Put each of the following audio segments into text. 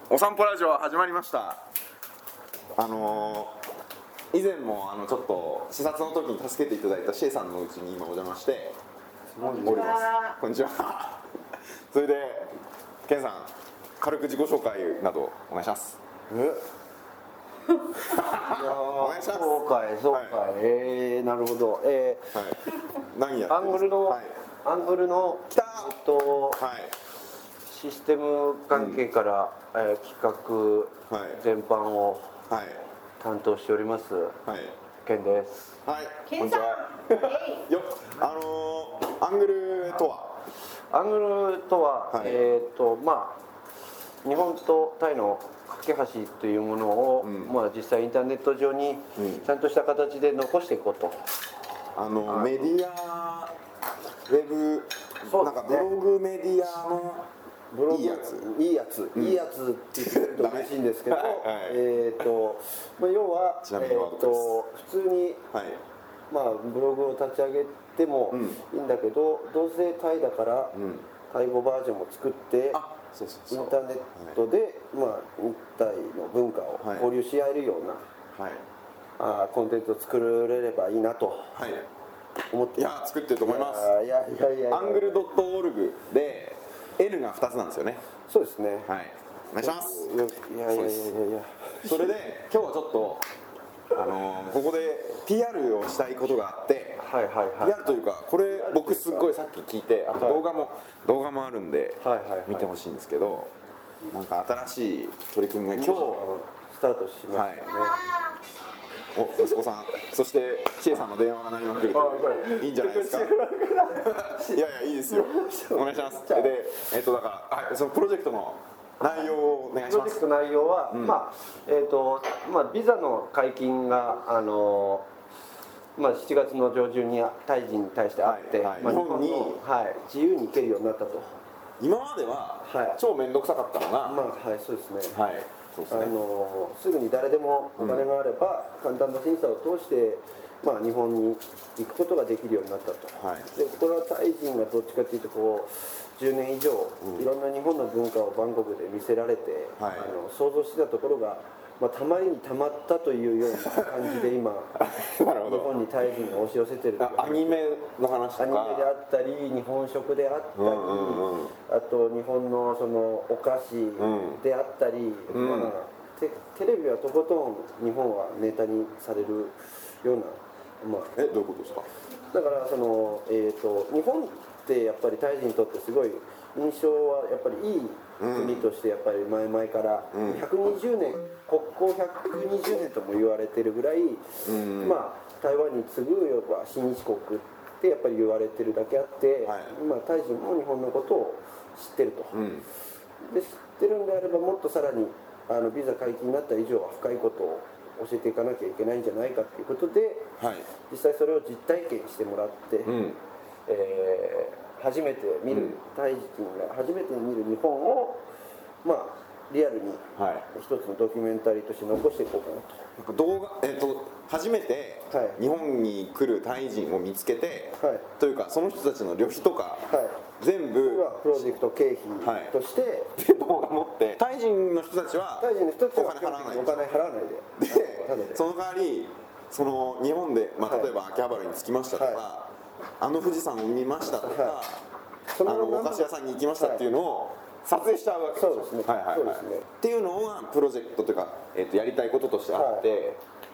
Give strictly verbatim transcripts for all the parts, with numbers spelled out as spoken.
お散歩ラジオ始まりました。あのー、以前もあのちょっと視察の時に助けていただいたシェイさんのうちに今お邪魔してこんにちは。 こんにちは。それでケンさん、軽く自己紹介などお願いします。 えお願いします。 そうかいそうかい、はい、えー、なるほど、えーはい、 何やってるんですか。アングルの、はい、 アングルの来た、 えっと、 はい、 システム関係から、うん、えー、企画全般を担当しております、はい、ケンです。 はい、ケンさんよあのー、アングルとはアングルとは、はい、えー、っとまあ日本とタイの架け橋というものを、うん、まあ、実際インターネット上にちゃんとした形で残していこうと、 うん、あのメディアウェブ、ね、なんかブログメディアのブログいいやついいやつ、うん、いいやつって言ってくれると嬉しいんですけど、はい、えーとまあ、要は、えー、と普通に、はい、まあ、ブログを立ち上げてもいいんだけど、うん、どうせタイだから、うん、タイ語バージョンも作ってそうそうそう、インターネットで、はい、まあ、日タイの文化を交流し合えるような、はい、あコンテンツを作れればいいなと思って、 はい、いや作ってると思います。 いやいやいやいや、 アングル ドットオルグ で L がふたつなんですよね。 そうですね、 はい、お願いします。 いやいやいやいやいや、 それで今日はちょっとあのー、ここで ピーアール をしたいことがあって、はいはいはい、ピーアール というかこれ僕すっごいさっき聞いて、あと動画も、はい、動画もあるんで見てほしいんですけど、なんか新しい取り組みが今日スタートしましたね、はい、 お息子さん、そしてシエさんの電話が鳴りまくるといいんじゃないですか。いやいやいいですよ、お願いします。で、えっとだから、はい、そのプロジェクトの内容をお願いします。 プロジェクト内容は、うん、まあえっとまあビザの解禁があのまあしちがつの上旬にタイ人に対してあって、はいはい、まあ、日本に、はい、自由に行けるようになったと。 今までは、はい、超面倒くさかったのが、 まあはいそうですね。 はい。そうですね、 あのすぐに誰でもお金があれば、うん、簡単な審査を通して、まあ、日本に行くことができるようになったと、はい、でこれはタイ人がどっちかというとこうじゅうねん以上、うん、いろんな日本の文化をバンコクで見せられて、はい、あの想像してたところが、まあ、たまりにたまったというような感じで今日本にタイ人が押し寄せてる。 アニメの話とか、 アニメであったり日本食であったり、うんうんうん、あと日本のそのお菓子であったり、うん、まあ、テ, テレビはとことん日本はネタにされるような、まあ、 えどういうことですか。 だからその、えーと、日本ってやっぱりタイ人にとってすごい印象はやっぱりいい国としてやっぱり前々からひゃくにじゅうねん、国交ひゃくにじゅうねんとも言われてるぐらい、うん、まあ台湾に次ぐような親日国ってやっぱり言われてるだけあって、はい、まあ、タイ人も日本のことを知ってると、うん、で知ってるんであればもっとさらにあのビザ解禁になった以上は深いことを教えていかなきゃいけないんじゃないかということで、はい、実際それを実体験してもらって、うん、えー、初めて見る、うん、タイ人が初めて見る日本を、まあ、リアルに一つのドキュメンタリーとして残していこうかなと。 なんか動画、えーと、初めて日本に来るタイ人を見つけて、はい、というかその人たちの旅費とか、はい、全部プロジェクト経費として、はい、 動画持ってタイ人の人たちはタイ人の人たちはお金払わないお金払わないで、 でその代わりその日本で、まあ、例えば秋葉原に着きましたとか、はい、あの富士山を見ましたとか、はい、あのお菓子屋さんに行きましたっていうのを撮影しちゃうわけですよ。 そうですね、 はいはいはい、そうですね。っていうのがプロジェクトというか、えー、とやりたいこととしてあって、はい、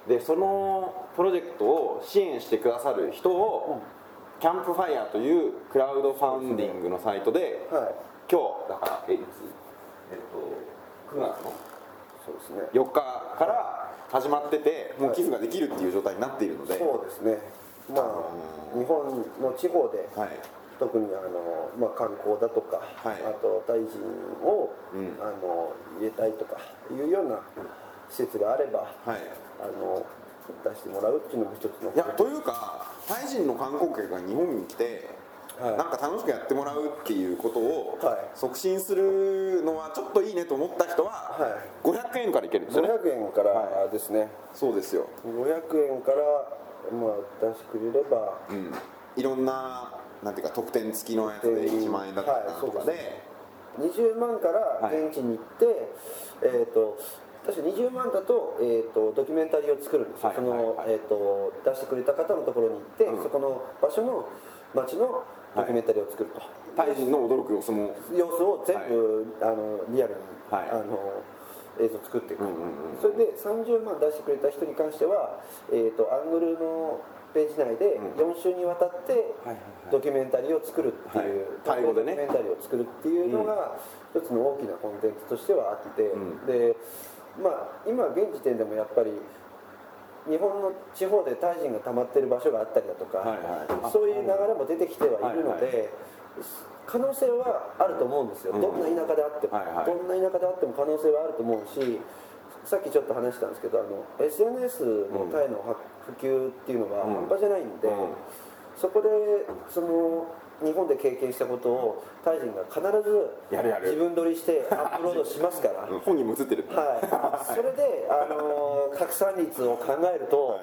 でそのプロジェクトを支援してくださる人を、うん、キャンプファイヤーというクラウドファウンディングのサイトで、はい、今日だからえいつ、えっと、くがつのそうですね、 よっかから始まってて、もう寄付ができるっていう状態になっているので、 そうですね、まあ、あのー、日本の地方で、はい、特にあの、まあ、観光だとか、はい、あとタイ人を、うん、あの入れたいとかいうような施設があれば、はい、あの出してもらうっていうのも一つの。 いやというかタイ人の観光客が日本に来て、はい、なんか楽しくやってもらうっていうことを促進するのはちょっといいねと思った人は、はい、ごひゃくえんからいけるんですよね。 ごひゃくえんからですね、はい、 そうですよ。 ごひゃくえんから、まあ、出してくれれば、 うん、いろんななんていうか特典付きのやつでいちまんえんだったりとかで、はい、 にじゅうまんから現地に行って、はい、えーと確かにじゅうまんだと、えー、とドキュメンタリーを作るんですよ、はいはいはい、その、えー、と出してくれた方のところに行って、うん、そこの場所の街のドキュメンタリーを作ると、 タイ人の驚く様子も様子を全部、はい、あのリアルに、はい、あの映像を作っていく、うんうんうん、それでさんじゅうまん出してくれた人に関しては、えー、とアングルのページ内でよん週にわたってドキュメンタリーを作るっていう、 タイ語でね、 ドキュメンタリーを作るっていうのが一つの大きなコンテンツとしてはあって、うん、でまあ今現時点でもやっぱり日本の地方でタイ人が溜まってる場所があったりだとか、はいはい、そういう流れも出てきてはいるので、はいはい、可能性はあると思うんですよ、うん、どんな田舎であっても、はいはい、どんな田舎であっても可能性はあると思うし、さっきちょっと話したんですけど、あの エスエヌエス のタイの普及っていうのが半端じゃないんで、うんうん、そこでその日本で経験したことをタイ人が必ず自分撮りしてアップロードしますから本にも映ってる、 はい、それで、あのー、拡散率を考えると、はい、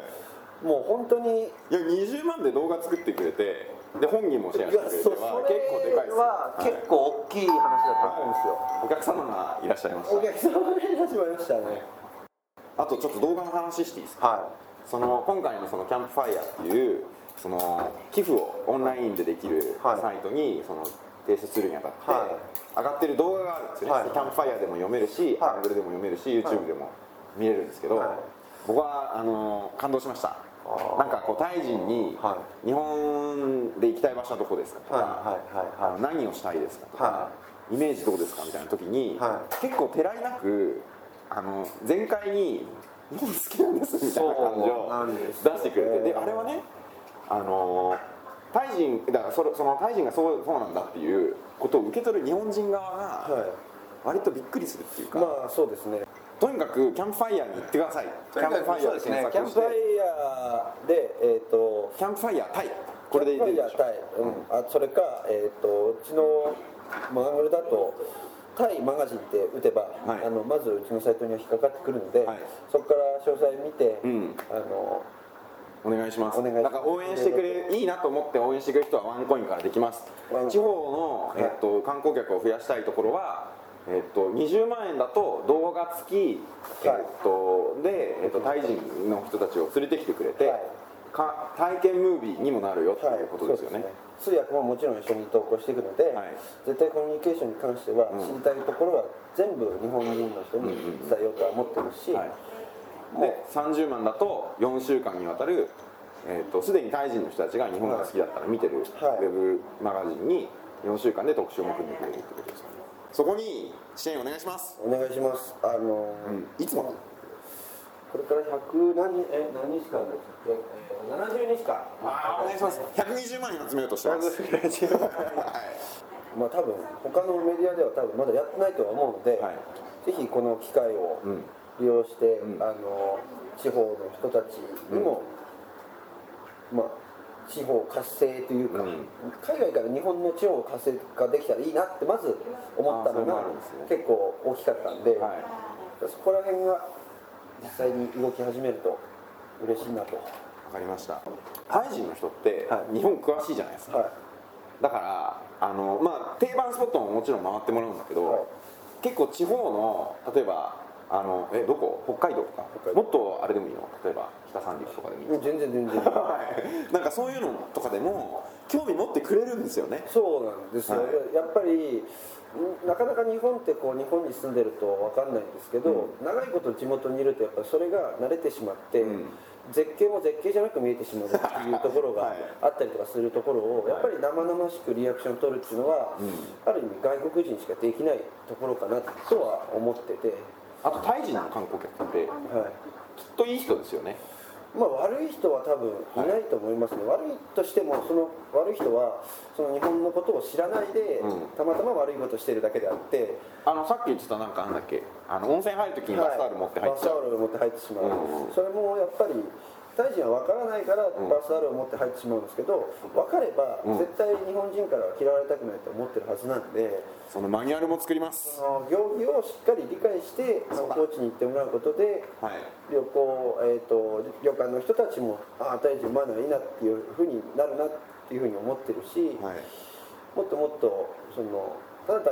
もう本当にいやにじゅうまんで動画作ってくれてで本人もシェアしてくれては結構でかいです、 は結構大きい話だと思うんですよ、 はい、お客様がいらっしゃいました。 お客様がいらっしゃいましたね。 あとちょっと動画の話していいですか、はい、その今回のそのキャンプファイヤーっていうその寄付をオンラインでできるサイトにその提出するにあたって、はい、上がってる動画があるんですよね、はい、キャンプファイヤーでも読めるし、はい、アングルでも読めるし YouTube でも見れるんですけど、はい、僕はあの感動しました。なんかこうタイ人に日本で行きたい場所はどこですかとか、何をしたいですかとか、イメージどうですかみたいな時に、結構てらいなくあの全開に日本好きなんですみたいな感じを出してくれて、であれはね、あのタイ人だからそれそのタイ人がそうそうなんだっていうことを受け取る日本人側が割とびっくりするっていうか、 まあそうですね。 とにかくキャンプファイヤーに行ってください。キャンプファイヤーで検索して、 キャンプファイヤーで、えー、とキャンプファイヤータイ、これで出るでしょ。 タイ、うん、あそれか、えー、とうちのマングルだとタイマガジンって打てば、はい、あのまずうちのサイトには引っかかってくるので、はい、そこから詳細見て、うん、あのお願いします。なんか応援してくれいいなと思って応援してくれる人はワンコインからできます。地方の、えー、と観光客を増やしたいところは、えー、とにじゅうまんえんだと動画付き、えー、とで、えー、とタイ人の人たちを連れてきてくれて、はい、か体験ムービーにもなるよっていうことですよね。はい、 通訳ももちろん一緒に投稿していくので、はい、絶対コミュニケーションに関しては、知りたいところは全部日本人の人に伝えようとは思ってるし、はい、 でさんじゅうまんだとよんしゅうかんにわたるえー、とすでにタイ人の人たちが日本が好きだったら見てるウェブマガジンによんしゅうかんで特集も組んでくれるってことですよね。そこに支援お願いします。 お願いします。あのーうん、いつもこれからひゃく何え何日間ですか、えー、ななじゅうにちかんあお願いします。ひゃくにじゅうまんえん集めようとしてます。はい、 まあ多分他のメディアでは多分まだやってないとは思うので、はい、ぜひこの機会を利用して、うん、あの地方の人たちにも、うん、まあ地方活性というか、うん、海外から日本の地方活性化できたらいいなってまず思ったのが、ね、結構大きかったんで、はい、そこら辺が実際に動き始めると嬉しいなと。 分かりました。タイ人の人って日本詳しいじゃないですか、はい、だからあの、まあ、定番スポットももちろん回ってもらうんだけど、はい、結構地方の例えばあのえどこ北海道とかもっとあれでもいいの、例えば北三陸とかでもいいの。 全然全然なんかそういうのとかでも興味持ってくれるんですよね。 そうなんですよ、はい、やっぱりなかなか日本ってこう日本に住んでると分かんないんですけど、うん、長いこと地元にいるとやっぱそれが慣れてしまって、うん、絶景も絶景じゃなく見えてしまうっていうところがあったりとかするところをやっぱり生々しくリアクションを取るっていうのは、うん、ある意味外国人しかできないところかなとは思ってて、 あとタイ人の観光客って、はい、きっといい人ですよね。 まあ、悪い人は多分いないと思いますね、はい、悪いとしてもその悪い人はその日本のことを知らないで、うん、たまたま悪いことをしてるだけであって、 あのさっき言ってたなんかなんだっけ、あの温泉入るときにバスタオル持って入っちゃう、 はい、バスタオル持って入ってしまう、うんうん、それもやっぱりタイ人は分からないからバスタオルを持って入ってしまうんですけど、分かれば絶対日本人からは嫌われたくないと思ってるはずなんで、 そのマニュアルも作ります。 その行儀をしっかり理解して観光地に行ってもらうことで、はい、旅行、えーと、旅館の人たちもああタイ人マナーいいなっていうふうになるなっていうふうに思ってるし、はい、もっともっとそのただ単に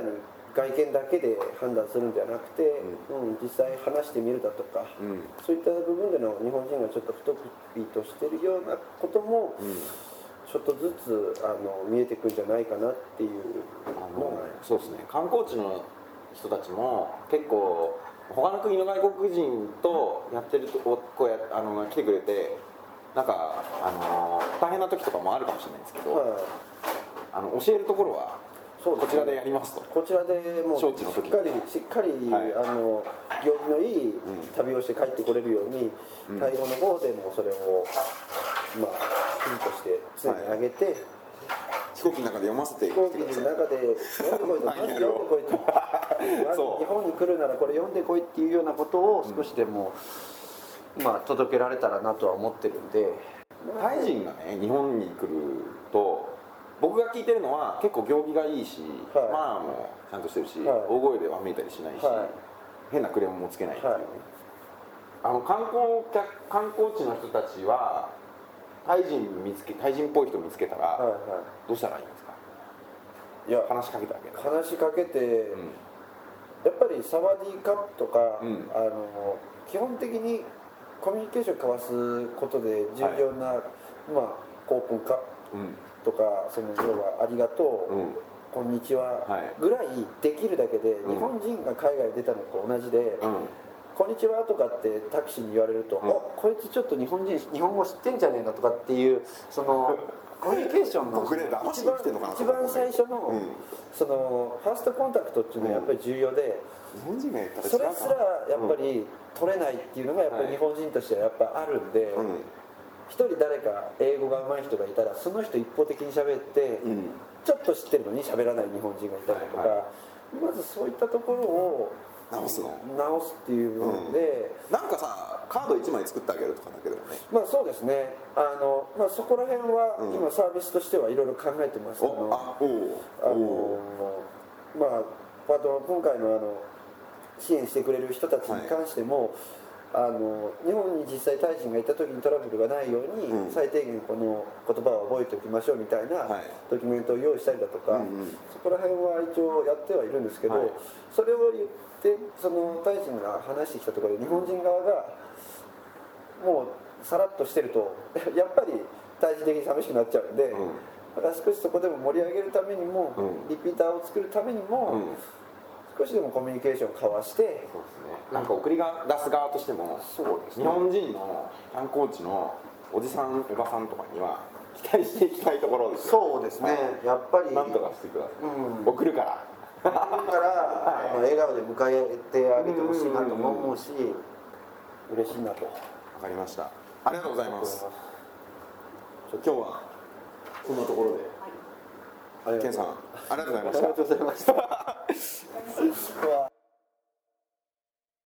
外見だけで判断するんではなくて、うん、実際話してみるだとか、うん、そういった部分での日本人がちょっと不得意としているようなことも、うん、ちょっとずつあの見えてくるんじゃないかなっていうのが、 そうですね。観光地の人たちも結構他の国の外国人とやってるとこうやあの来てくれて、なんかあの大変な時とかもあるかもしれないんですけど、はい、あの教えるところはこちらでやりますと。 こちらでもうしっかりしっかり、はい、あの行儀のいい旅をして帰ってこれるように、うん、タイ語の方でもそれをまあ国として常に上げて、はい、 飛行機の中で読ませて飛行機の中で読んでこいと、まず読んでこいと、まず日本に来るならこれ読んでこいっていうようなことを少しでも、うん、まあ届けられたらなとは思ってるんで、 タイ人がね日本に来ると。僕が聞いてるのは結構行儀がいいし、はい、マナーもちゃんとしてるし、はい、大声でわめいたりしないし、はい、変なクレームもつけないっていうね、はい、あの観光客観光地の人たちはタイ人見つけタイ人っぽい人見つけたら、はいはい、どうしたらいいんですか？いや話しかけてあげる。 話しかけて、うん、やっぱりサワディーカップとか、うん、あの基本的にコミュニケーション交わすことで重要な、はい、まあオープン化、うんとか、その要はありがとう、うん、こんにちはぐらいできるだけで、うん、日本人が海外出たのと同じで、うん、こんにちはとかってタクシーに言われると、うん、おこいつちょっと日本人日本語知ってんじゃねえのとかっていうそのコミュニケーションの一番一番最初の、うん、そのファーストコンタクトっていうのはやっぱり重要で、 日本人がやったらそれすらやっぱり取れないっていうのがやっぱり日本人としてはやっぱあるんで。はい、うん一人誰か英語が上手い人がいたらその人一方的に喋って、うん、ちょっと知ってるのに喋らない日本人がいたりとか、はいはい、まずそういったところを直すの直すっていう部分で、 うん、なんかさカードいちまい作ってあげるとかだけでもね、 まあそうですね、あの、まあ、そこら辺は今サービスとしてはいろいろ考えてます、うん、あのああのまああと今回のあの支援してくれる人たちに関しても、はい、あの日本に実際タイ人がいた時にトラブルがないように、うん、最低限この言葉を覚えておきましょうみたいなドキュメントを用意したりだとか、はい、そこら辺は一応やってはいるんですけど、はい、それを言ってそのタイ人が話してきたところで日本人側がもうさらっとしてるとやっぱりタイ人的に寂しくなっちゃうんで、うん、だから少しそこでも盛り上げるためにも、うん、リピーターを作るためにも、うん、少しでもコミュニケーションを交わして、 そうですね、なんか送りが出す側としても、そうですね、日本人の観光地のおじさんおばさんとかには期待していきたいところですよ。そうですね、はい、やっぱりなんとかしてください、うん、送るから送るから、はい、笑顔で迎えてあげてほしいなと思うし、嬉しいなと。 わかりました、ありがとうございます。今日はこんなところで、はい、ケンさんありがとうございました。 ありがとうございました